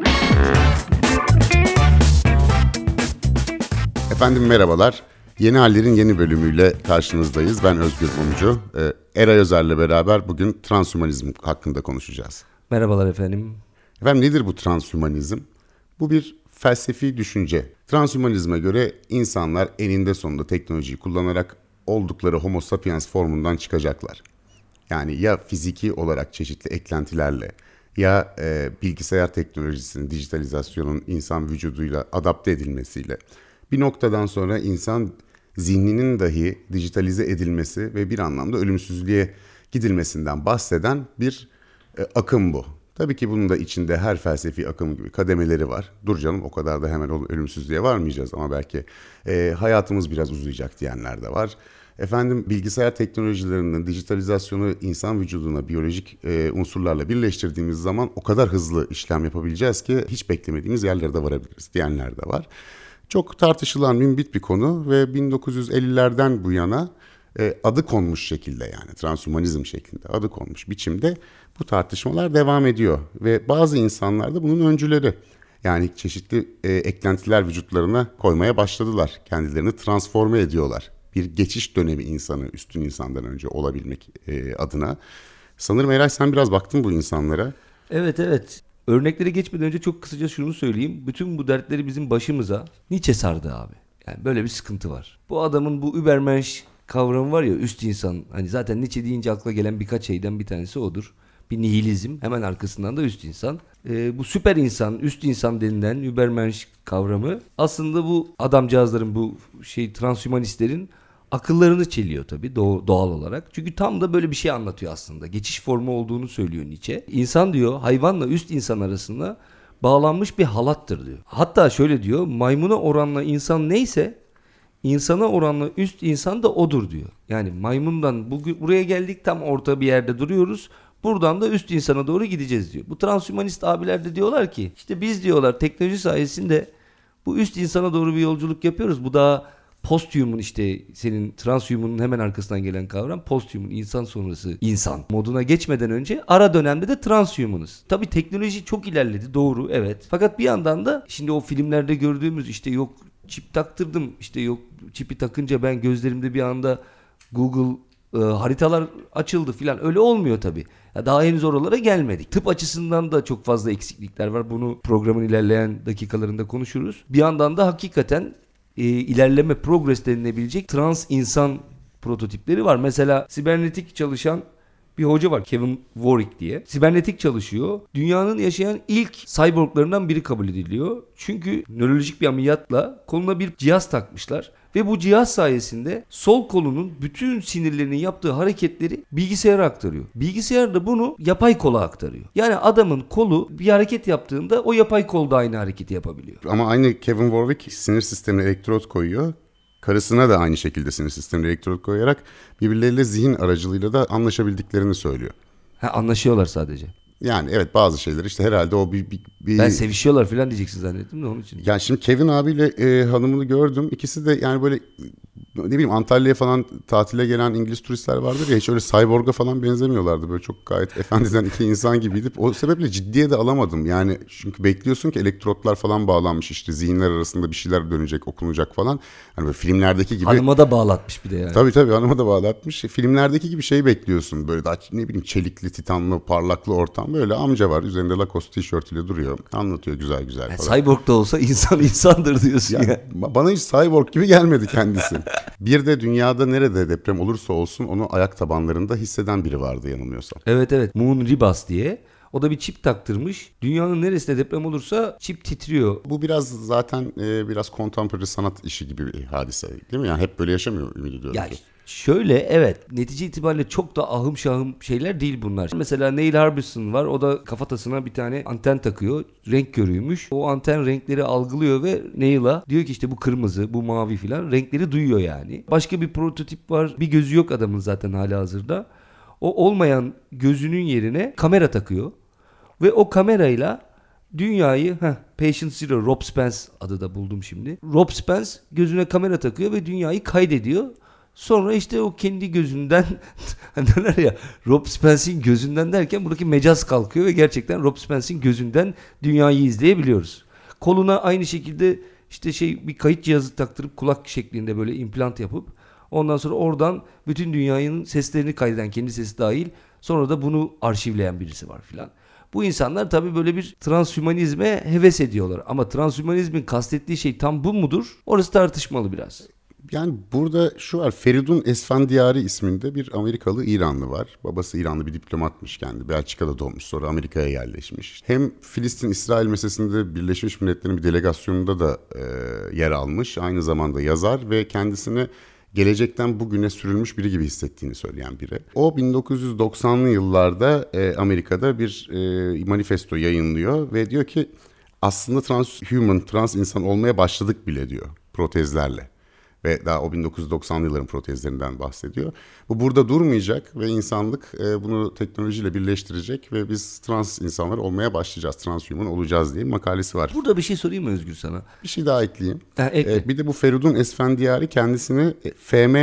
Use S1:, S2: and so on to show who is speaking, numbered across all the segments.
S1: Efendim merhabalar. Yeni Haller'in yeni bölümüyle karşınızdayız. Ben Özgür Mumcu. Eray Özer'le beraber bugün transhümanizm hakkında konuşacağız.
S2: Merhabalar efendim.
S1: Efendim nedir bu transhümanizm? Bu bir felsefi düşünce. Transhümanizme göre insanlar eninde sonunda teknolojiyi kullanarak oldukları Homo sapiens formundan çıkacaklar. Yani ya fiziki olarak çeşitli eklentilerle ya bilgisayar teknolojisinin, dijitalizasyonun insan vücuduyla adapte edilmesiyle bir noktadan sonra insan zihninin dahi dijitalize edilmesi ve bir anlamda ölümsüzlüğe gidilmesinden bahseden bir akım bu. Tabii ki bunun da içinde her felsefi akım gibi kademeleri var. Dur canım, o kadar da hemen ölümsüzlüğe varmayacağız ama belki hayatımız biraz uzayacak diyenler de var. Efendim bilgisayar teknolojilerinin dijitalizasyonu insan vücuduna biyolojik unsurlarla birleştirdiğimiz zaman o kadar hızlı işlem yapabileceğiz ki hiç beklemediğimiz yerlere de varabiliriz diyenler de var. Çok tartışılan mümbit bir konu ve 1950'lerden bu yana adı konmuş şekilde, yani transhümanizm şeklinde adı konmuş biçimde bu tartışmalar devam ediyor. Ve bazı insanlar da bunun öncüleri. Yani çeşitli eklentiler vücutlarına koymaya başladılar. Kendilerini transforme ediyorlar. Bir geçiş dönemi insanı üstün insandan önce olabilmek adına. Sanırım Eray sen biraz baktın bu insanlara.
S2: Evet. Örneklere geçmeden önce çok kısaca şunu söyleyeyim. Bütün bu dertleri bizim başımıza Nietzsche sardı abi. Yani böyle bir sıkıntı var. Bu adamın bu Übermensch kavramı var ya, üst insan. Hani zaten Nietzsche deyince akla gelen birkaç şeyden bir tanesi odur. Bir nihilizm, hemen arkasından da üst insan. Bu süper insan, üst insan denilen Übermensch kavramı aslında bu adamcağızların, bu transhümanistlerin akıllarını çeliyor tabii doğal olarak. Çünkü tam da böyle bir şey anlatıyor aslında. Geçiş formu olduğunu söylüyor Nietzsche. İnsan diyor hayvanla üst insan arasında bağlanmış bir halattır diyor. Hatta şöyle diyor, maymuna oranla insan neyse insana oranla üst insan da odur diyor. Yani maymundan buraya geldik, tam orta bir yerde duruyoruz. Buradan da üst insana doğru gideceğiz diyor. Bu transhümanist abiler de diyorlar ki işte biz diyorlar teknoloji sayesinde bu üst insana doğru bir yolculuk yapıyoruz. Bu daha posthuman, işte senin transhuman'ın hemen arkasından gelen kavram posthuman, insan sonrası insan moduna geçmeden önce ara dönemde de transhumanız. Tabii teknoloji çok ilerledi, doğru, evet. Fakat bir yandan da şimdi o filmlerde gördüğümüz işte yok çip taktırdım, işte yok çipi takınca ben gözlerimde bir anda Google haritalar açıldı filan, öyle olmuyor tabii. Ya daha henüz oralara gelmedik. Tıp açısından da çok fazla eksiklikler var. Bunu programın ilerleyen dakikalarında konuşuruz. Bir yandan da hakikaten ilerleme, progress denilebilecek trans insan prototipleri var. Mesela sibernetik çalışan bir hoca var, Kevin Warwick diye. Sibernetik çalışıyor. Dünyanın yaşayan ilk cyborglarından biri kabul ediliyor. Çünkü nörolojik bir ameliyatla koluna bir cihaz takmışlar. Ve bu cihaz sayesinde sol kolunun bütün sinirlerinin yaptığı hareketleri bilgisayara aktarıyor. Bilgisayar da bunu yapay kola aktarıyor. Yani adamın kolu bir hareket yaptığında o yapay kol da aynı hareketi yapabiliyor.
S1: Ama aynı Kevin Warwick sinir sistemine elektrot koyuyor. Karısına da aynı şekilde sinir sistemine elektrot koyarak birbirleriyle zihin aracılığıyla da anlaşabildiklerini söylüyor.
S2: Anlaşıyorlar sadece.
S1: Yani evet, bazı şeyler işte herhalde o bir...
S2: Ben sevişiyorlar falan diyeceksin zannettim de onun için.
S1: Yani şimdi Kevin abiyle hanımını gördüm. İkisi de yani böyle ne bileyim Antalya'ya falan tatile gelen İngiliz turistler vardır ya, hiç öyle cyborg'a falan benzemiyorlardı. Böyle çok gayet efendiden iki insan gibiydi. O sebeple ciddiye de alamadım. Yani çünkü bekliyorsun ki elektrotlar falan bağlanmış, işte zihinler arasında bir şeyler dönecek, okunacak falan. Hani böyle filmlerdeki gibi.
S2: Hanıma da bağlatmış bir de yani.
S1: Tabii hanıma da bağlatmış. Filmlerdeki gibi şey bekliyorsun. Böyle daha ne bileyim çelikli, titanlı, parlaklı ortam. Böyle amca var üzerinde Lacoste tişörtüyle duruyor. Anlatıyor güzel
S2: yani
S1: falan.
S2: Cyborg da olsa insan insandır diyorsun ya.
S1: Bana hiç cyborg gibi gelmedi kendisi. Bir de dünyada nerede deprem olursa olsun onu ayak tabanlarında hisseden biri vardı yanılmıyorsam.
S2: Evet. Moon Ribas diye. O da bir çip taktırmış. Dünyanın neresinde deprem olursa çip titriyor.
S1: Bu biraz zaten biraz contemporary sanat işi gibi bir hadise değil mi? Yani hep böyle yaşamıyor ümit ediyorum ki.
S2: Şöyle, evet, netice itibariyle çok da ahım şahım şeyler değil bunlar. Mesela Neil Harbisson var, o da kafatasına bir tane anten takıyor, renk körüymüş. O anten renkleri algılıyor ve Neil'a diyor ki işte bu kırmızı, bu mavi filan, renkleri duyuyor yani. Başka bir prototip var, bir gözü yok adamın zaten halihazırda. O olmayan gözünün yerine kamera takıyor ve o kamerayla dünyayı, Patient Zero, Rob Spence adı da buldum şimdi. Rob Spence gözüne kamera takıyor ve dünyayı kaydediyor. Sonra işte o kendi gözünden hani derler ya Rob Spence'in gözünden derken buradaki mecaz kalkıyor ve gerçekten Rob Spence'in gözünden dünyayı izleyebiliyoruz. Koluna aynı şekilde işte bir kayıt cihazı taktırıp kulak şeklinde böyle implant yapıp ondan sonra oradan bütün dünyanın seslerini kaydeden, kendi sesi dahil, sonra da bunu arşivleyen birisi var filan. Bu insanlar tabii böyle bir transhümanizme heves ediyorlar. Ama transhümanizmin kastettiği şey tam bu mudur? Orası tartışmalı biraz.
S1: Yani burada şu var, Feridun Esfandiyari isminde bir Amerikalı İranlı var. Babası İranlı bir diplomatmış kendi. Belçika'da doğmuş, sonra Amerika'ya yerleşmiş. Hem Filistin-İsrail meselesinde Birleşmiş Milletler'in bir delegasyonunda da yer almış. Aynı zamanda yazar ve kendisini gelecekten bugüne sürülmüş biri gibi hissettiğini söyleyen biri. O 1990'lı yıllarda Amerika'da bir manifesto yayınlıyor ve diyor ki aslında trans insan olmaya başladık bile diyor protezlerle. Ve daha o 1990'lı yılların protezlerinden bahsediyor. Bu burada durmayacak ve insanlık bunu teknolojiyle birleştirecek ve biz trans insanlar olmaya başlayacağız. Transhuman olacağız diye bir makalesi var.
S2: Burada bir şey sorayım mı Özgür sana?
S1: Bir şey daha ekleyeyim.
S2: Ekle.
S1: Bir de bu Feridun Esfandiyari kendisini FM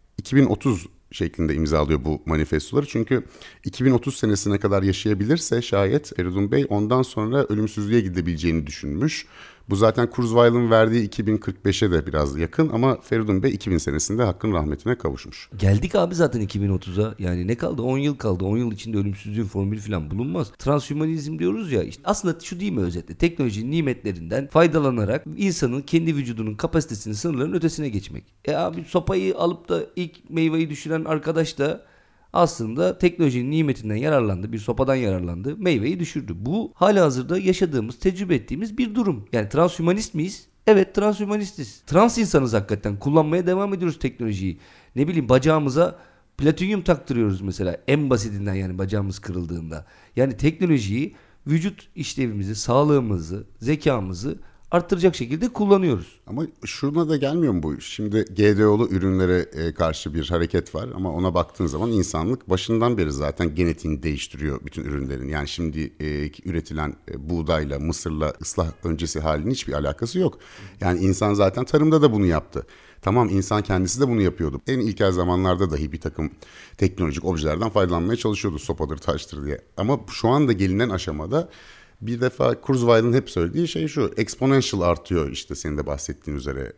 S1: 2030 şeklinde imzalıyor bu manifestoları. Çünkü 2030 senesine kadar yaşayabilirse şayet Feridun Bey ondan sonra ölümsüzlüğe gidebileceğini düşünmüş. Bu zaten Kurzweil'in verdiği 2045'e de biraz yakın ama Feridun Bey 2000 senesinde hakkın rahmetine kavuşmuş.
S2: Geldik abi zaten 2030'a. Yani ne kaldı? 10 yıl kaldı. 10 yıl içinde ölümsüzlüğün formülü falan bulunmaz. Transhümanizm diyoruz ya. İşte aslında şu değil mi özetle? Teknolojinin nimetlerinden faydalanarak insanın kendi vücudunun kapasitesini, sınırlarının ötesine geçmek. Abi sopayı alıp da ilk meyveyi düşüren arkadaş da aslında teknolojinin nimetinden yararlandı. Bir sopadan yararlandı. Meyveyi düşürdü. Bu halihazırda yaşadığımız, tecrübe ettiğimiz bir durum. Yani transhümanist miyiz? Evet, transhümanistiz. Trans insanız hakikaten. Kullanmaya devam ediyoruz teknolojiyi. Ne bileyim, bacağımıza platinyum taktırıyoruz mesela. En basitinden, yani bacağımız kırıldığında. Yani teknolojiyi vücut işlevimizi, sağlığımızı, zekamızı arttıracak şekilde kullanıyoruz.
S1: Ama şuna da gelmiyor mu bu iş? Şimdi GDO'lu ürünlere karşı bir hareket var ama ona baktığın zaman insanlık başından beri zaten genetiğini değiştiriyor bütün ürünlerin. Yani şimdi üretilen buğdayla, mısırla ıslah öncesi halinin hiçbir alakası yok. Yani insan zaten tarımda da bunu yaptı. Tamam, insan kendisi de bunu yapıyordu. En ilkel zamanlarda dahi bir takım teknolojik objelerden faydalanmaya çalışıyordu, sopadır, taştır diye. Ama şu anda gelinen aşamada bir defa Kurzweil'in hep söylediği şey şu: exponential artıyor, işte senin de bahsettiğin üzere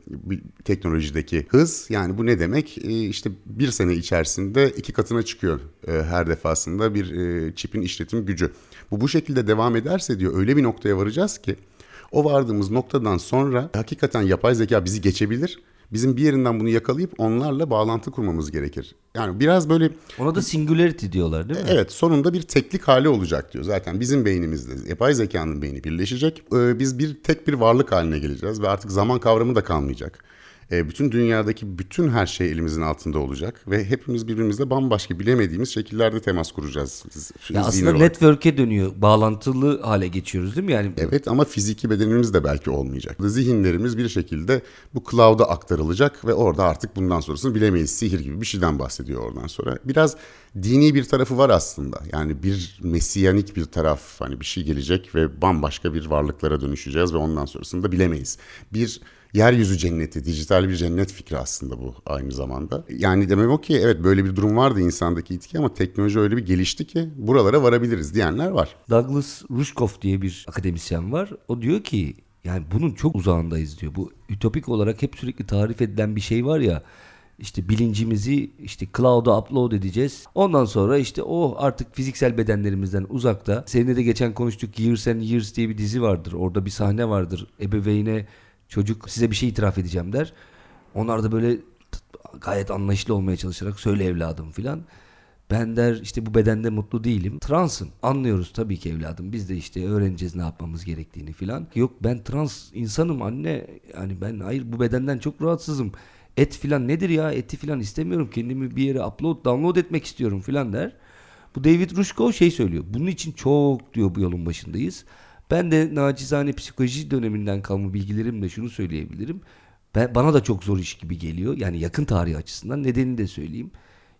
S1: teknolojideki hız. Yani bu ne demek? İşte bir sene içerisinde 2 katına çıkıyor her defasında bir çipin işletim gücü. Bu şekilde devam ederse diyor, öyle bir noktaya varacağız ki o vardığımız noktadan sonra hakikaten yapay zeka bizi geçebilir. Bizim bir yerinden bunu yakalayıp onlarla bağlantı kurmamız gerekir. Yani biraz böyle...
S2: Ona da singularity diyorlar değil mi?
S1: Evet, sonunda bir teklik hali olacak diyor. Zaten bizim beynimizde yapay zekanın beyni birleşecek. Biz tek bir varlık haline geleceğiz ve artık zaman kavramı da kalmayacak. Bütün dünyadaki bütün her şey elimizin altında olacak ve hepimiz birbirimizle bambaşka, bilemediğimiz şekillerde temas kuracağız.
S2: Ya aslında network'e dönüyor. Bağlantılı hale geçiyoruz değil mi? Yani
S1: evet, ama fiziki bedenimiz de belki olmayacak. Zihinlerimiz bir şekilde bu cloud'a aktarılacak ve orada artık bundan sonrasını bilemeyiz. Sihir gibi bir şeyden bahsediyor oradan sonra. Biraz dini bir tarafı var aslında. Yani bir mesiyanik bir taraf, hani bir şey gelecek ve bambaşka bir varlıklara dönüşeceğiz ve ondan sonrasını da bilemeyiz. Bir yeryüzü cenneti, dijital bir cennet fikri aslında bu aynı zamanda. Yani demem o ki evet, böyle bir durum vardı insandaki itki ama teknoloji öyle bir gelişti ki buralara varabiliriz diyenler var.
S2: Douglas Rushkoff diye bir akademisyen var. O diyor ki yani bunun çok uzağındayız diyor. Bu ütopik olarak hep sürekli tarif edilen bir şey var ya. İşte bilincimizi işte cloud'a upload edeceğiz. Ondan sonra işte o artık fiziksel bedenlerimizden uzakta. Seninle de geçen konuştuk, Years and Years diye bir dizi vardır. Orada bir sahne vardır. Ebeveyne çocuk size bir şey itiraf edeceğim der. Onlar da böyle gayet anlayışlı olmaya çalışarak söyle evladım filan. Ben der işte bu bedende mutlu değilim. Transım. Anlıyoruz tabii ki evladım. Biz de işte öğreneceğiz ne yapmamız gerektiğini filan. Yok ben trans insanım anne. Yani ben hayır bu bedenden çok rahatsızım. Et filan nedir ya? Eti filan istemiyorum. Kendimi bir yere download etmek istiyorum filan der. Bu David Rushkoff söylüyor. Bunun için çok diyor bu yolun başındayız. Ben de nacizane psikoloji döneminden kalma bilgilerimle şunu söyleyebilirim. Bana da çok zor iş gibi geliyor. Yani yakın tarih açısından, nedenini de söyleyeyim.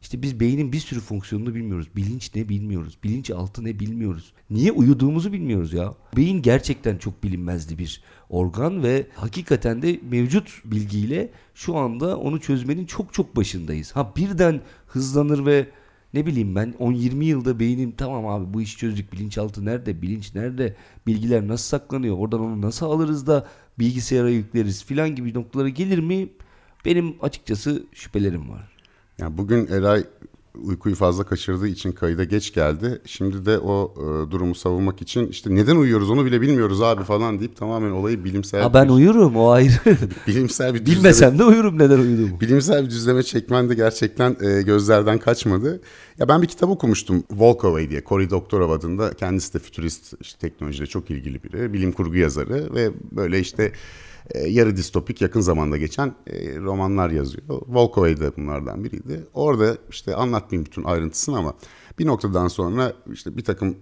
S2: İşte biz beynin bir sürü fonksiyonunu bilmiyoruz. Bilinç ne bilmiyoruz. Bilinçaltı ne bilmiyoruz. Niye uyuduğumuzu bilmiyoruz ya. Beyin gerçekten çok bilinmezli bir organ ve hakikaten de mevcut bilgiyle şu anda onu çözmenin çok çok başındayız. Ha birden hızlanır ve ne bileyim ben 10-20 yılda beynim tamam abi bu işi çözdük. Bilinçaltı nerede? Bilinç nerede? Bilgiler nasıl saklanıyor? Oradan onu nasıl alırız da bilgisayara yükleriz filan gibi noktalara gelir mi? Benim açıkçası şüphelerim var.
S1: Yani bugün Eray uykuyu fazla kaçırdığı için kayıda geç geldi. Şimdi de o durumu savunmak için işte neden uyuyoruz onu bile bilmiyoruz abi falan deyip tamamen olayı bilimsel...
S2: Ha ben uyurum o ayrı.
S1: bilimsel bir
S2: Bilmesem de uyurum neden uyuduğumu.
S1: Bilimsel bir düzleme çekmen de gerçekten gözlerden kaçmadı. Ya ben bir kitap okumuştum Volkoway diye. Cory Doctorow adında. Kendisi de fütürist işte, teknolojiyle çok ilgili biri. Bilim kurgu yazarı ve böyle işte yarı distopik yakın zamanda geçen romanlar yazıyor. Volkoway da bunlardan biriydi. Orada işte anlatmayayım bütün ayrıntısını ama bir noktadan sonra işte bir takım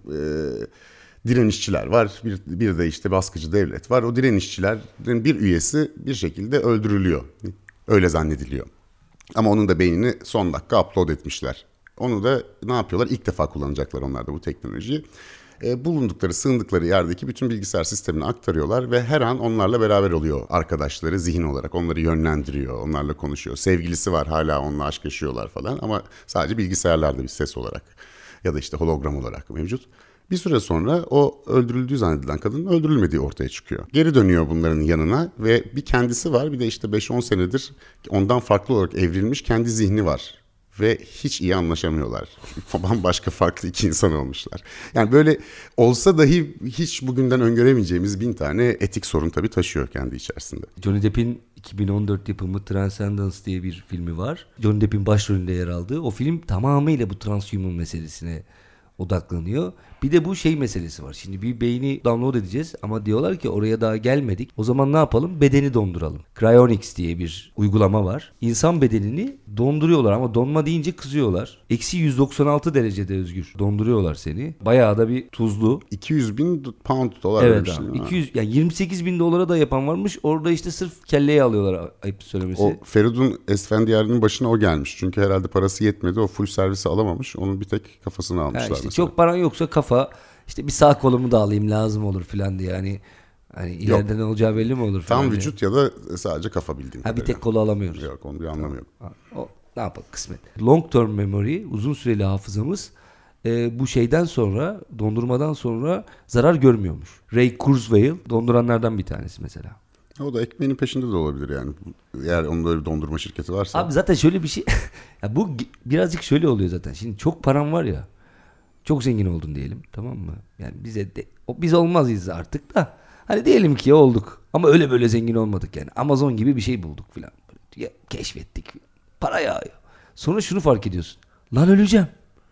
S1: direnişçiler var. Bir de işte baskıcı devlet var. O direnişçilerin bir üyesi bir şekilde öldürülüyor. Öyle zannediliyor. Ama onun da beynini son dakika upload etmişler. Onu da ne yapıyorlar? İlk defa kullanacaklar onlar da bu teknolojiyi. Bulundukları, sığındıkları yerdeki bütün bilgisayar sistemine aktarıyorlar ve her an onlarla beraber oluyor arkadaşları zihin olarak. Onları yönlendiriyor, onlarla konuşuyor. Sevgilisi var, hala onunla aşk yaşıyorlar falan ama sadece bilgisayarlarda bir ses olarak ya da işte hologram olarak mevcut. Bir süre sonra o öldürüldüğü zannedilen kadının öldürülmediği ortaya çıkıyor. Geri dönüyor bunların yanına ve bir kendisi var, bir de işte 5-10 senedir ondan farklı olarak evrilmiş kendi zihni var. Ve hiç iyi anlaşamıyorlar. Bambaşka farklı iki insan olmuşlar. Yani böyle olsa dahi hiç bugünden öngöremeyeceğimiz 1000 tane etik sorun tabii taşıyor kendi içerisinde.
S2: Johnny Depp'in 2014 yapımı Transcendence diye bir filmi var. Johnny Depp'in başrolünde yer aldığı. O film tamamıyla bu transhuman meselesine odaklanıyor. Bir de bu şey meselesi var. Şimdi bir beyni download edeceğiz ama diyorlar ki oraya daha gelmedik. O zaman ne yapalım? Bedeni donduralım. Cryonics diye bir uygulama var. İnsan bedenini donduruyorlar ama donma deyince kızıyorlar. Eksi 196 derecede Özgür. Donduruyorlar seni. Bayağı da bir tuzlu.
S1: 200.000 pound dolar
S2: evet
S1: vermişsin.
S2: abi. 200 yani 28 bin dolara da yapan varmış. Orada işte sırf kelleyi alıyorlar ayıp söylemesi.
S1: O Feridun Esfendiyar'ın başına o gelmiş. Çünkü herhalde parası yetmedi. O full servisi alamamış. Onun bir tek kafasını almışlar
S2: işte
S1: mesela.
S2: çok paran yoksa kafa işte bir sağ kolumu da alayım lazım olur filan diye hani ileride ne olacağı belli mi olur falan
S1: Tam
S2: diye.
S1: vücut ya da sadece kafa bildiğim
S2: Ha bir
S1: kadarıyla.
S2: tek kolu alamıyoruz.
S1: Yok onun bir anlamı yok.
S2: O ne yapalım kısmet. Long term memory uzun süreli hafızamız bu şeyden sonra dondurmadan sonra zarar görmüyormuş. Ray Kurzweil donduranlardan bir tanesi mesela.
S1: O da ekmeğinin peşinde de olabilir yani. Eğer onun böyle bir dondurma şirketi varsa.
S2: Abi zaten şöyle bir şey ya bu birazcık şöyle oluyor zaten. Şimdi çok param var ya. Çok zengin oldun diyelim, tamam mı? Yani biz olmazız artık da. Hani diyelim ki olduk. Ama öyle böyle zengin olmadık yani. Amazon gibi bir şey bulduk filan. Keşfettik. Para yağıyor. Sonra şunu fark ediyorsun. Lan öleceğim.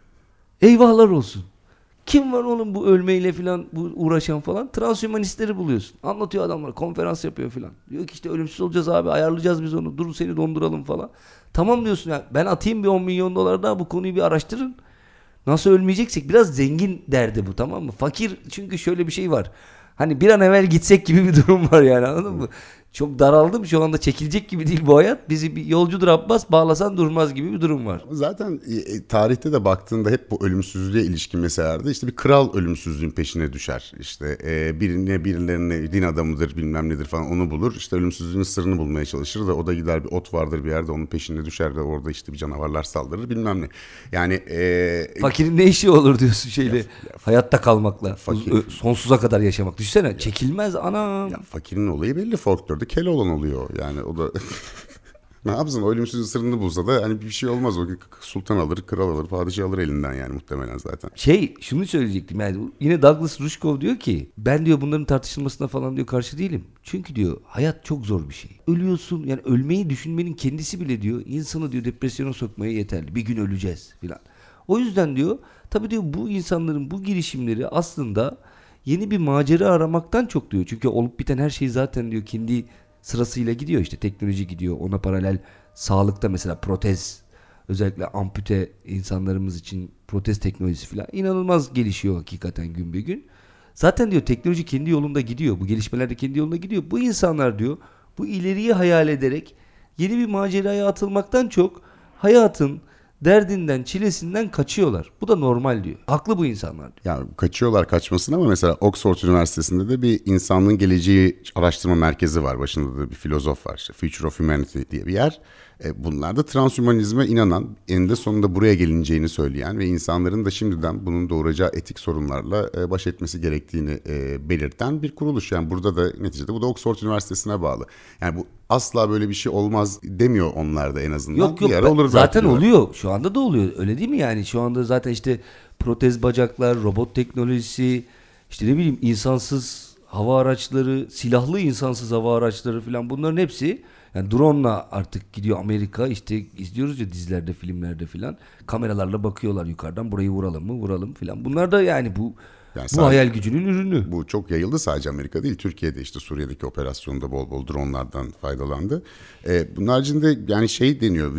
S2: Eyvahlar olsun. Kim var oğlum bu ölmeyle filan bu uğraşan falan? Transhümanistleri buluyorsun. Anlatıyor adamlar. Konferans yapıyor filan. Diyor ki işte ölümsüz olacağız abi. Ayarlayacağız biz onu. Dur seni donduralım falan. Tamam diyorsun ya. Ben atayım bir 10 milyon dolar daha bu konuyu bir araştırın. Nasıl ölmeyeceksek biraz zengin derdi bu, tamam mı? Fakir çünkü şöyle bir şey var. Hani bir an evvel gitsek gibi bir durum var yani, anladın mı? Çok daraldım şu anda, çekilecek gibi değil bu hayat. Bizi bir yolcudur Abbas, bağlasan durmaz gibi bir durum var.
S1: Zaten tarihte de baktığında hep bu ölümsüzlüğe ilişkin meselelerde işte bir kral ölümsüzlüğün peşine düşer. İşte birilerine din adamıdır bilmem nedir falan onu bulur. İşte ölümsüzlüğün sırrını bulmaya çalışır da o da gider bir ot vardır bir yerde onun peşine düşer de orada işte bir canavarlar saldırır bilmem ne. Yani
S2: fakirin ne işi olur diyorsun şeyle hayatta kalmakla. Sonsuza kadar yaşamak. Düşünsene çekilmez anam.
S1: Ya fakirin olayı belli, folklorda Keloğlan oluyor yani o da ne yapsın o ölümsüzlüğün sırrını bulsa da hani bir şey olmaz, o sultan alır, kral alır, padişah alır elinden yani muhtemelen zaten.
S2: Şunu söyleyecektim yani yine Douglas Rushkoff diyor ki ben diyor bunların tartışılmasına falan diyor karşı değilim. Çünkü diyor hayat çok zor bir şey. Ölüyorsun yani ölmeyi düşünmenin kendisi bile diyor insanı diyor depresyona sokmaya yeterli. Bir gün öleceğiz filan. O yüzden diyor tabii diyor bu insanların bu girişimleri aslında yeni bir macera aramaktan çok diyor. Çünkü olup biten her şey zaten diyor kendi sırasıyla gidiyor. İşte teknoloji gidiyor. Ona paralel sağlıkta mesela protez, özellikle ampute insanlarımız için protez teknolojisi falan inanılmaz gelişiyor hakikaten gün be gün. Zaten diyor teknoloji kendi yolunda gidiyor. Bu gelişmeler de kendi yolunda gidiyor. Bu insanlar diyor bu ileriyi hayal ederek yeni bir maceraya atılmaktan çok hayatın derdinden, çilesinden kaçıyorlar. Bu da normal diyor. Haklı bu insanlar diyor.
S1: Ya kaçıyorlar kaçmasın ama mesela Oxford Üniversitesi'nde de bir insanlığın geleceği araştırma merkezi var. Başında da bir filozof var, işte Future of Humanity diye bir yer. Bunlar da transhümanizme inanan, eninde sonunda buraya gelineceğini söyleyen ve insanların da şimdiden bunun doğuracağı etik sorunlarla baş etmesi gerektiğini belirten bir kuruluş. Yani burada da neticede bu da Oxford Üniversitesi'ne bağlı. Yani bu asla böyle bir şey olmaz demiyor onlar da en azından.
S2: Yok
S1: Bir ara olur
S2: zaten
S1: diyorlar.
S2: oluyor. Şu anda da oluyor. Öyle değil mi yani? Şu anda zaten işte protez bacaklar, robot teknolojisi, işte ne bileyim insansız hava araçları, silahlı insansız hava araçları falan, bunların hepsi yani drone'la artık gidiyor Amerika, işte izliyoruz ya dizilerde, filmlerde falan, kameralarla bakıyorlar yukarıdan, burayı vuralım mı, vuralım falan. Bunlar da yani bu hayal gücünün ürünü.
S1: Bu çok yayıldı, sadece Amerika değil, Türkiye'de işte Suriye'deki operasyonda bol bol dronlardan faydalandı. Bunun haricinde yani şey deniyor,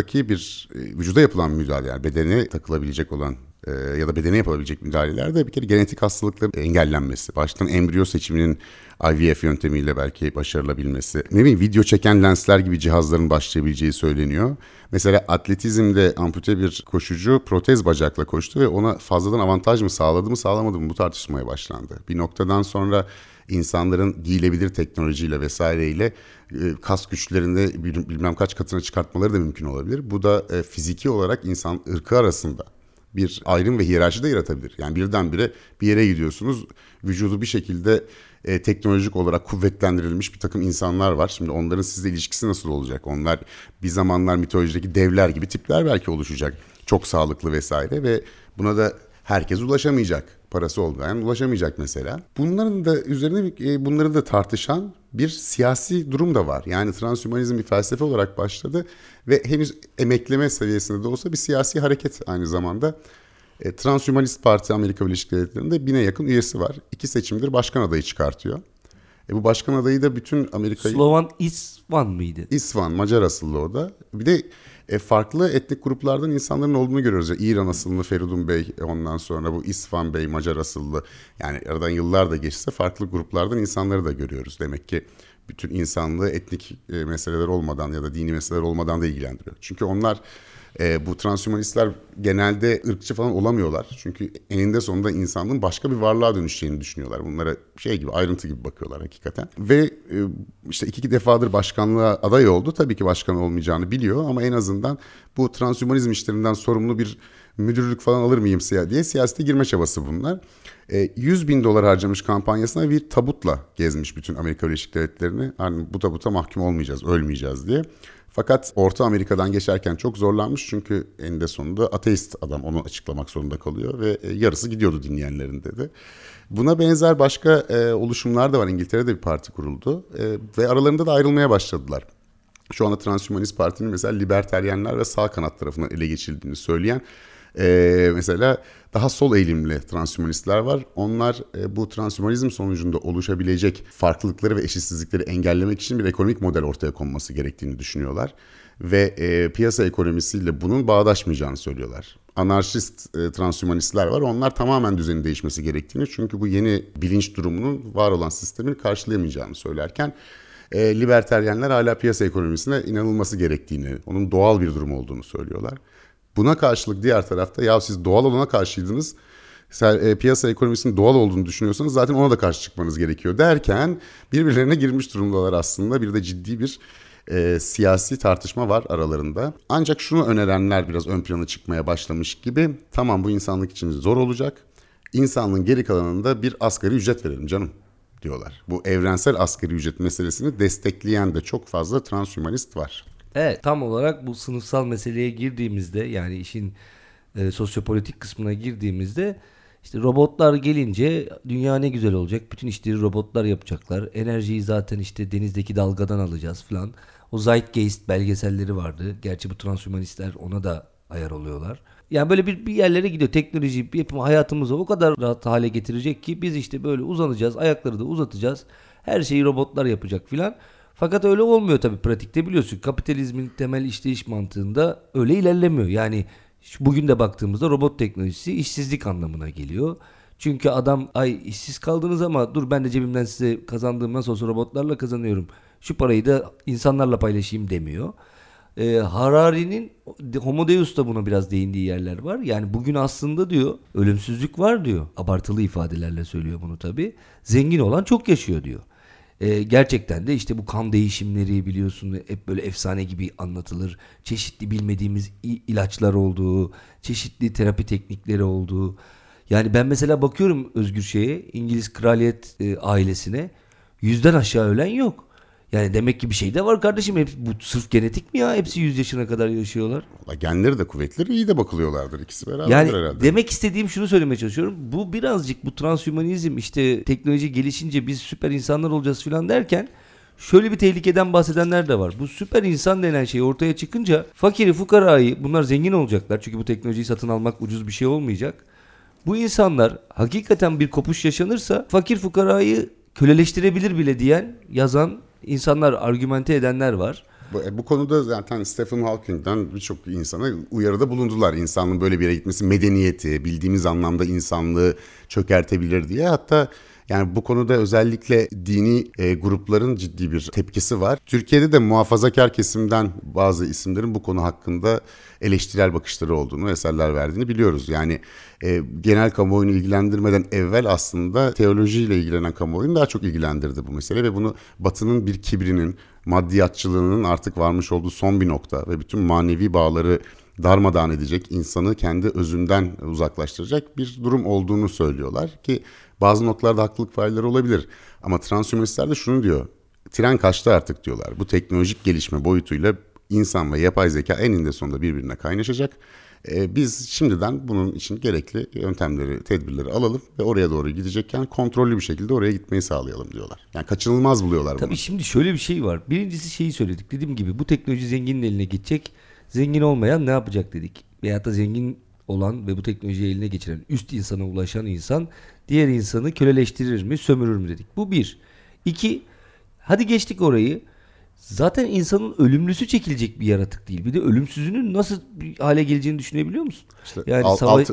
S1: vücuda yapılan müdahale, yani bedene takılabilecek olan ya da bedene yapılabilecek müdahalelerde bir kere genetik hastalıkların engellenmesi, baştan embriyo seçiminin IVF yöntemiyle belki başarılabilmesi, ne bileyim video çeken lensler gibi cihazların başlayabileceği söyleniyor. Mesela atletizmde ampute bir koşucu protez bacakla koştu ve ona fazladan avantaj mı sağladı mı sağlamadı mı bu tartışmaya başlandı. Bir noktadan sonra insanların giyilebilir teknolojiyle vesaireyle kas güçlerini bilmem kaç katına çıkartmaları da mümkün olabilir. Bu da fiziki olarak insan ırkı arasında bir ayrım ve hiyerarşi de yaratabilir. Yani birdenbire bir yere gidiyorsunuz, vücudu bir şekilde teknolojik olarak kuvvetlendirilmiş bir takım insanlar var. Şimdi onların sizle ilişkisi nasıl olacak? Onlar bir zamanlar mitolojideki devler gibi tipler belki oluşacak. Çok sağlıklı vesaire ve buna da herkes ulaşamayacak. Parası olmayan ulaşamayacak mesela. Bunların da üzerine bunları da tartışan bir siyasi durum da var. Yani transhümanizm bir felsefe olarak başladı ve henüz emekleme seviyesinde de olsa bir siyasi hareket aynı zamanda. Transhümanist Parti Amerika Birleşik Devletleri'nde 1000'e yakın üyesi var. 2 seçimdir başkan adayı çıkartıyor. Bu başkan adayı da bütün Amerika'yı...
S2: Slovan İsvan mıydı?
S1: İsvan, Macar asıllı o da. Bir de farklı etnik gruplardan insanların olduğunu görüyoruz. İran asıllı Feridun Bey, ondan sonra bu İsvan Bey, Macar asıllı. Yani aradan yıllar da geçse farklı gruplardan insanları da görüyoruz. Demek ki bütün insanlığı etnik meseleler olmadan ya da dini meseleler olmadan da ilgilendiriyor. Çünkü onlar... bu transhümanistler genelde ırkçı falan olamıyorlar. Çünkü eninde sonunda insanlığın başka bir varlığa dönüşeceğini düşünüyorlar. Bunlara şey gibi, ayrıntı gibi bakıyorlar hakikaten. Ve işte 2 defadır başkanlığa aday oldu. Tabii ki başkan olmayacağını biliyor ama en azından bu transhümanizm işlerinden sorumlu bir müdürlük falan alır mıyım diye siyasete girme çabası bunlar. $100.000 harcamış kampanyasına bir tabutla gezmiş bütün Amerika Birleşik Devletleri'ni. Hani bu tabuta mahkum olmayacağız, ölmeyeceğiz diye. Fakat Orta Amerika'dan geçerken çok zorlanmış çünkü eninde sonunda ateist adam onu açıklamak zorunda kalıyor ve yarısı gidiyordu dinleyenlerin dedi. Buna benzer başka oluşumlar da var. İngiltere'de bir parti kuruldu ve aralarında da ayrılmaya başladılar. Şu anda Transhümanist Parti'nin mesela liberteryenler ve sağ kanat tarafından ele geçirildiğini söyleyen mesela daha sol eğilimli transhümanistler var. Onlar bu transhümanizm sonucunda oluşabilecek farklılıkları ve eşitsizlikleri engellemek için bir ekonomik model ortaya konması gerektiğini düşünüyorlar. Ve piyasa ekonomisiyle bunun bağdaşmayacağını söylüyorlar. Anarşist transhümanistler var. Onlar tamamen düzenin değişmesi gerektiğini, çünkü bu yeni bilinç durumunun var olan sistemin karşılayamayacağını söylerken liberteryenler hala piyasa ekonomisine inanılması gerektiğini, onun doğal bir durum olduğunu söylüyorlar. Buna karşılık diğer tarafta ya siz doğal olana karşıydınız, piyasa ekonomisinin doğal olduğunu düşünüyorsanız zaten ona da karşı çıkmanız gerekiyor derken birbirlerine girmiş durumdalar aslında. Bir de ciddi bir siyasi tartışma var aralarında. Ancak şunu önerenler biraz ön plana çıkmaya başlamış gibi, tamam bu insanlık için zor olacak, insanlığın geri kalanında bir asgari ücret verelim canım diyorlar. Bu evrensel asgari ücret meselesini destekleyen de çok fazla transhümanist var.
S2: Evet, tam olarak bu sınıfsal meseleye girdiğimizde, yani işin sosyopolitik kısmına girdiğimizde, işte robotlar gelince dünya ne güzel olacak. Bütün işleri robotlar yapacaklar. Enerjiyi zaten işte denizdeki dalgadan alacağız falan. O Zeitgeist belgeselleri vardı. Gerçi bu transhümanistler ona da ayar oluyorlar. Yani böyle bir yerlere gidiyor. Teknoloji hayatımızı o kadar rahat hale getirecek ki biz işte böyle uzanacağız. Ayakları da uzatacağız. Her şeyi robotlar yapacak filan. Fakat öyle olmuyor tabii pratikte, biliyorsun. Kapitalizmin temel işleyiş mantığında öyle ilerlemiyor. Yani bugün de baktığımızda robot teknolojisi işsizlik anlamına geliyor. Çünkü adam işsiz kaldınız ama dur ben de cebimden size kazandığım nasıl olsa robotlarla kazanıyorum, şu parayı da insanlarla paylaşayım demiyor. Harari'nin Homo Deus'ta buna biraz değindiği yerler var. Yani bugün aslında diyor ölümsüzlük var diyor. Abartılı ifadelerle söylüyor bunu tabii. Zengin olan çok yaşıyor diyor. Gerçekten de işte bu kan değişimleri biliyorsun hep böyle efsane gibi anlatılır. Çeşitli bilmediğimiz ilaçlar olduğu, çeşitli terapi teknikleri olduğu. Yani ben mesela bakıyorum Özgür İngiliz kraliyet ailesine 100'den aşağı ölen yok. Yani demek ki bir şey de var kardeşim. Bu sırf genetik mi ya? Hepsi 100 yaşına kadar yaşıyorlar.
S1: Genleri de kuvvetli, iyi de bakılıyorlardır. İkisi beraber
S2: yani
S1: herhalde.
S2: Demek istediğim şunu söylemeye çalışıyorum. Bu birazcık bu transhümanizm işte teknoloji gelişince biz süper insanlar olacağız falan derken şöyle bir tehlikeden bahsedenler de var. Bu süper insan denen şey ortaya çıkınca fakiri fukarayı bunlar zengin olacaklar. Çünkü bu teknolojiyi satın almak ucuz bir şey olmayacak. Bu insanlar hakikaten bir kopuş yaşanırsa fakir fukarayı köleleştirebilir bile diyen yazan insanlar, argümente edenler var.
S1: Bu konuda zaten Stephen Hawking'den birçok insana uyarıda bulundular. İnsanlığın böyle bir yere gitmesi medeniyeti, bildiğimiz anlamda insanlığı çökertebilir diye. Hatta yani bu konuda özellikle dini grupların ciddi bir tepkisi var. Türkiye'de de muhafazakar kesimden bazı isimlerin bu konu hakkında eleştirel bakışları olduğunu, eserler verdiğini biliyoruz. Yani genel kamuoyunu ilgilendirmeden evvel aslında teolojiyle ilgilenen kamuoyunu daha çok ilgilendirdi bu mesele ve bunu Batı'nın bir kibrinin, maddiyatçılığının artık varmış olduğu son bir nokta ve bütün manevi bağları darmadağın edecek, insanı kendi özünden uzaklaştıracak bir durum olduğunu söylüyorlar ki bazı noktalarda haklılık payları olabilir. Ama transhümanistler de şunu diyor, tren kaçtı artık diyorlar. Bu teknolojik gelişme boyutuyla insan ve yapay zeka eninde sonunda birbirine kaynaşacak. Biz şimdiden bunun için gerekli yöntemleri, tedbirleri alalım ve oraya doğru gidecekken kontrollü bir şekilde oraya gitmeyi sağlayalım diyorlar. Yani kaçınılmaz buluyorlar bunu.
S2: Tabii şimdi şöyle bir şey var. Birincisi şeyi söyledik. Dediğim gibi bu teknoloji zenginin eline geçecek. Zengin olmayan ne yapacak dedik. Veyahut da zengin olan ve bu teknolojiyi eline geçiren, üst insana ulaşan insan diğer insanı köleleştirir mi, sömürür mü dedik. Bu bir. İki, hadi geçtik orayı. Zaten insanın ölümlüsü çekilecek bir yaratık değil. Bir de ölümsüzünün nasıl bir hale geleceğini düşünebiliyor musun?
S1: İşte
S2: Yani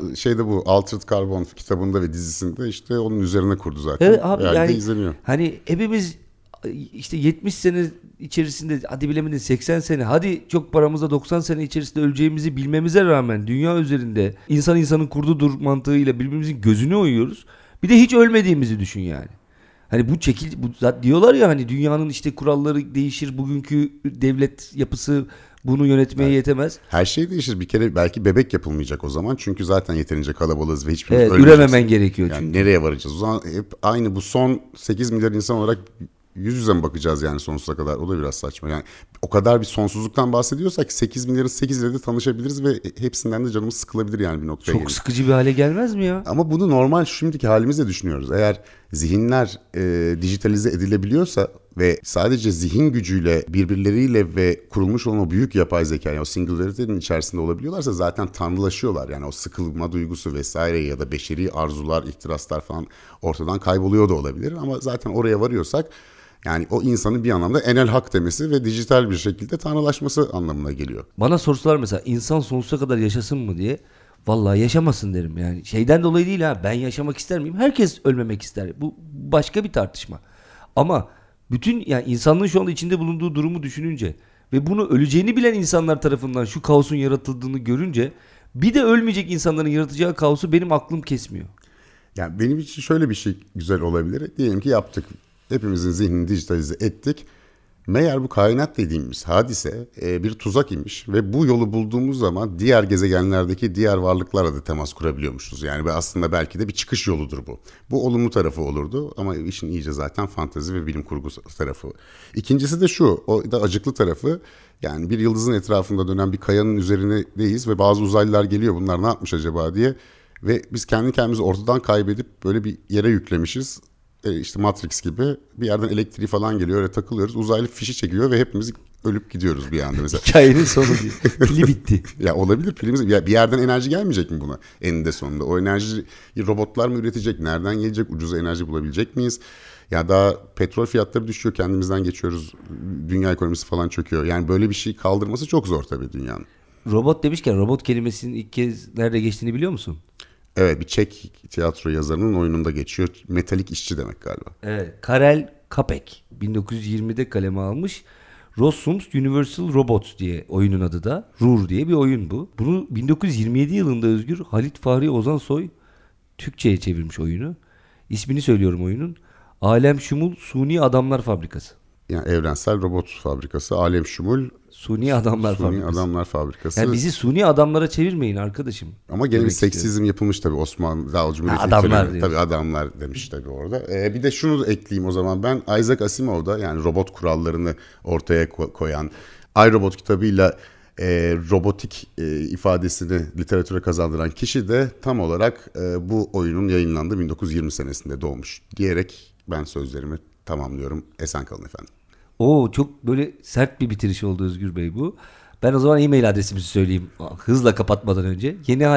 S1: bu Altered Carbon kitabında ve dizisinde işte onun üzerine kurdu zaten.
S2: Evet abi yani
S1: izleniyor.
S2: Hani hepimiz işte 70 sene içerisinde hadi bilemedin 80 sene hadi çok paramızda 90 sene içerisinde öleceğimizi bilmemize rağmen dünya üzerinde insanın kurduğu mantığıyla birbirimizin gözüne oyuyoruz. Bir de hiç ölmediğimizi düşün yani. Hani diyorlar ya hani dünyanın işte kuralları değişir, bugünkü devlet yapısı bunu yetmeye yetemez.
S1: Her şey değişir. Bir kere belki bebek yapılmayacak o zaman. Çünkü zaten yeterince kalabalığız ve hiçbirimiz ölmeyeceğiz.
S2: Ürememen gerekiyor çünkü.
S1: Yani nereye varacağız? O zaman hep aynı bu son 8 milyar insan olarak yüz yüze mi bakacağız yani sonsuza kadar? O da biraz saçma. Yani o kadar bir sonsuzluktan bahsediyorsak 8 milyarın 8 ile de tanışabiliriz ve hepsinden de canımız sıkılabilir yani bir noktaya
S2: Çok sıkıcı bir hale gelmez mi ya?
S1: Ama bunu normal şimdiki halimizle düşünüyoruz. Eğer zihinler dijitalize edilebiliyorsa ve sadece zihin gücüyle birbirleriyle ve kurulmuş olan o büyük yapay zeka, yani o singularity'nin içerisinde olabiliyorlarsa zaten tanrılaşıyorlar. Yani o sıkılma duygusu vesaire ya da beşeri arzular, ihtiraslar falan ortadan kayboluyor da olabilir. Ama zaten oraya varıyorsak yani o insanın bir anlamda enel hak demesi ve dijital bir şekilde tanrılaşması anlamına geliyor.
S2: Bana sorsalar mesela insan sonsuza kadar yaşasın mı diye. Vallahi yaşamasın derim yani. Şeyden dolayı değil ha, ben yaşamak ister miyim? Herkes ölmemek ister. Bu başka bir tartışma. Ama bütün yani insanlığın şu anda içinde bulunduğu durumu düşününce ve bunu öleceğini bilen insanlar tarafından şu kaosun yaratıldığını görünce bir de ölmeyecek insanların yaratacağı kaosu benim aklım kesmiyor.
S1: Yani benim için şöyle bir şey güzel olabilir. Diyelim ki yaptık. Hepimizin zihnini dijitalize ettik. Meğer bu kainat dediğimiz hadise bir tuzak imiş ve bu yolu bulduğumuz zaman diğer gezegenlerdeki diğer varlıklarla da temas kurabiliyormuşuz. Yani aslında belki de bir çıkış yoludur bu. Bu olumlu tarafı olurdu ama işin iyice zaten fantezi ve bilim kurgu tarafı. İkincisi de şu, o da acıklı tarafı. Yani bir yıldızın etrafında dönen bir kayanın üzerindeyiz ve bazı uzaylılar geliyor, bunlar ne yapmış acaba diye. Ve biz kendi kendimizi ortadan kaybedip böyle bir yere yüklemişiz. İşte Matrix gibi bir yerden elektriği falan geliyor, öyle takılıyoruz. Uzaylı fişi çekiyor ve hepimiz ölüp gidiyoruz bir anda mesela.
S2: Hikayenin sonu diye. Pili bitti.
S1: Ya olabilir, pilimiz bir yerden enerji gelmeyecek mi buna eninde sonunda? O enerjiyi robotlar mı üretecek? Nereden gelecek? Ucuz enerji bulabilecek miyiz? Ya daha petrol fiyatları düşüyor, kendimizden geçiyoruz. Dünya ekonomisi falan çöküyor. Yani böyle bir şey kaldırması çok zor tabii dünyanın.
S2: Robot demişken robot kelimesinin ilk kez nerede geçtiğini biliyor musun?
S1: Evet, bir Çek tiyatro yazarının oyununda geçiyor. Metalik işçi demek galiba.
S2: Evet, Karel Čapek 1920'de kaleme almış. Rossum's Universal Robots diye oyunun adı da. RUR diye bir oyun bu. Bunu 1927 yılında Özgür Halit Fahri Ozansoy Türkçe'ye çevirmiş oyunu. İsmini söylüyorum oyunun. Alemşumul Suni Adamlar Fabrikası.
S1: Yani evrensel robot fabrikası, alemşumul
S2: Suni Adamlar Fabrikası.
S1: Adamlar Fabrikası.
S2: Yani bizi suni adamlara çevirmeyin arkadaşım.
S1: Ama gene bir seksizm yapılmış tabii Osmanlı daha Cumhuriyet
S2: adamlar
S1: tabii adamlar demiş tabii orada. Bir de şunu ekleyeyim o zaman, ben Isaac Asimov'da yani robot kurallarını ortaya koyan iRobot kitabıyla robotik ifadesini literatüre kazandıran kişi de tam olarak bu oyunun yayınlandığı 1920 senesinde doğmuş diyerek ben sözlerimi tamamlıyorum. Esen kalın efendim.
S2: Oo, çok böyle sert bir bitiriş oldu Özgür Bey bu. Ben o zaman e-mail adresimizi söyleyeyim hızla kapatmadan önce.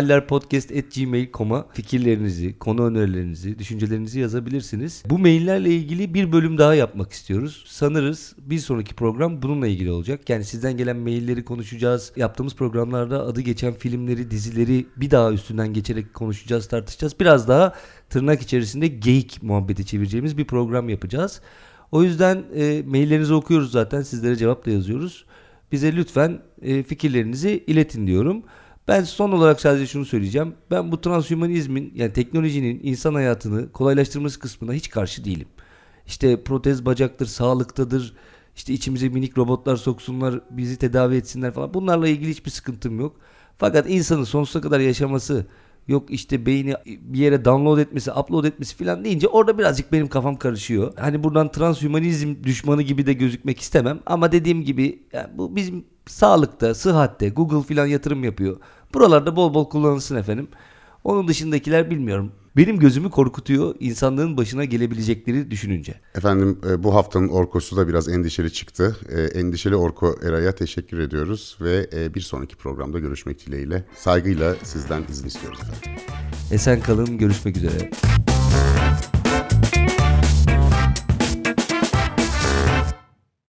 S2: yenihallerpodcast@gmail.com'a fikirlerinizi, konu önerilerinizi, düşüncelerinizi yazabilirsiniz. Bu maillerle ilgili bir bölüm daha yapmak istiyoruz. Sanırız bir sonraki program bununla ilgili olacak. Yani sizden gelen mailleri konuşacağız. Yaptığımız programlarda adı geçen filmleri, dizileri bir daha üstünden geçerek konuşacağız, tartışacağız. Biraz daha tırnak içerisinde geyik muhabbeti çevireceğimiz bir program yapacağız. O yüzden maillerinizi okuyoruz zaten. Sizlere cevap da yazıyoruz. Bize lütfen fikirlerinizi iletin diyorum. Ben son olarak sadece şunu söyleyeceğim. Ben bu transhümanizmin yani teknolojinin insan hayatını kolaylaştırması kısmına hiç karşı değilim. İşte protez bacaktır, sağlıktadır, işte içimize minik robotlar soksunlar, bizi tedavi etsinler falan. Bunlarla ilgili hiçbir sıkıntım yok. Fakat insanın sonsuza kadar yaşaması, yok işte beyni bir yere download etmesi, upload etmesi falan deyince orada birazcık benim kafam karışıyor. Hani buradan transhümanizm düşmanı gibi de gözükmek istemem. Ama dediğim gibi yani bu bizim sağlıkta, sıhhatte, Google falan yatırım yapıyor. Buralarda bol bol kullanılsın efendim. Onun dışındakiler bilmiyorum. Benim gözümü korkutuyor insanlığın başına gelebilecekleri düşününce.
S1: Efendim bu haftanın orkosu da biraz endişeli çıktı. Endişeli Orko Eray'a teşekkür ediyoruz ve bir sonraki programda görüşmek dileğiyle saygıyla sizden izin istiyoruz efendim.
S2: Esen kalın, görüşmek üzere.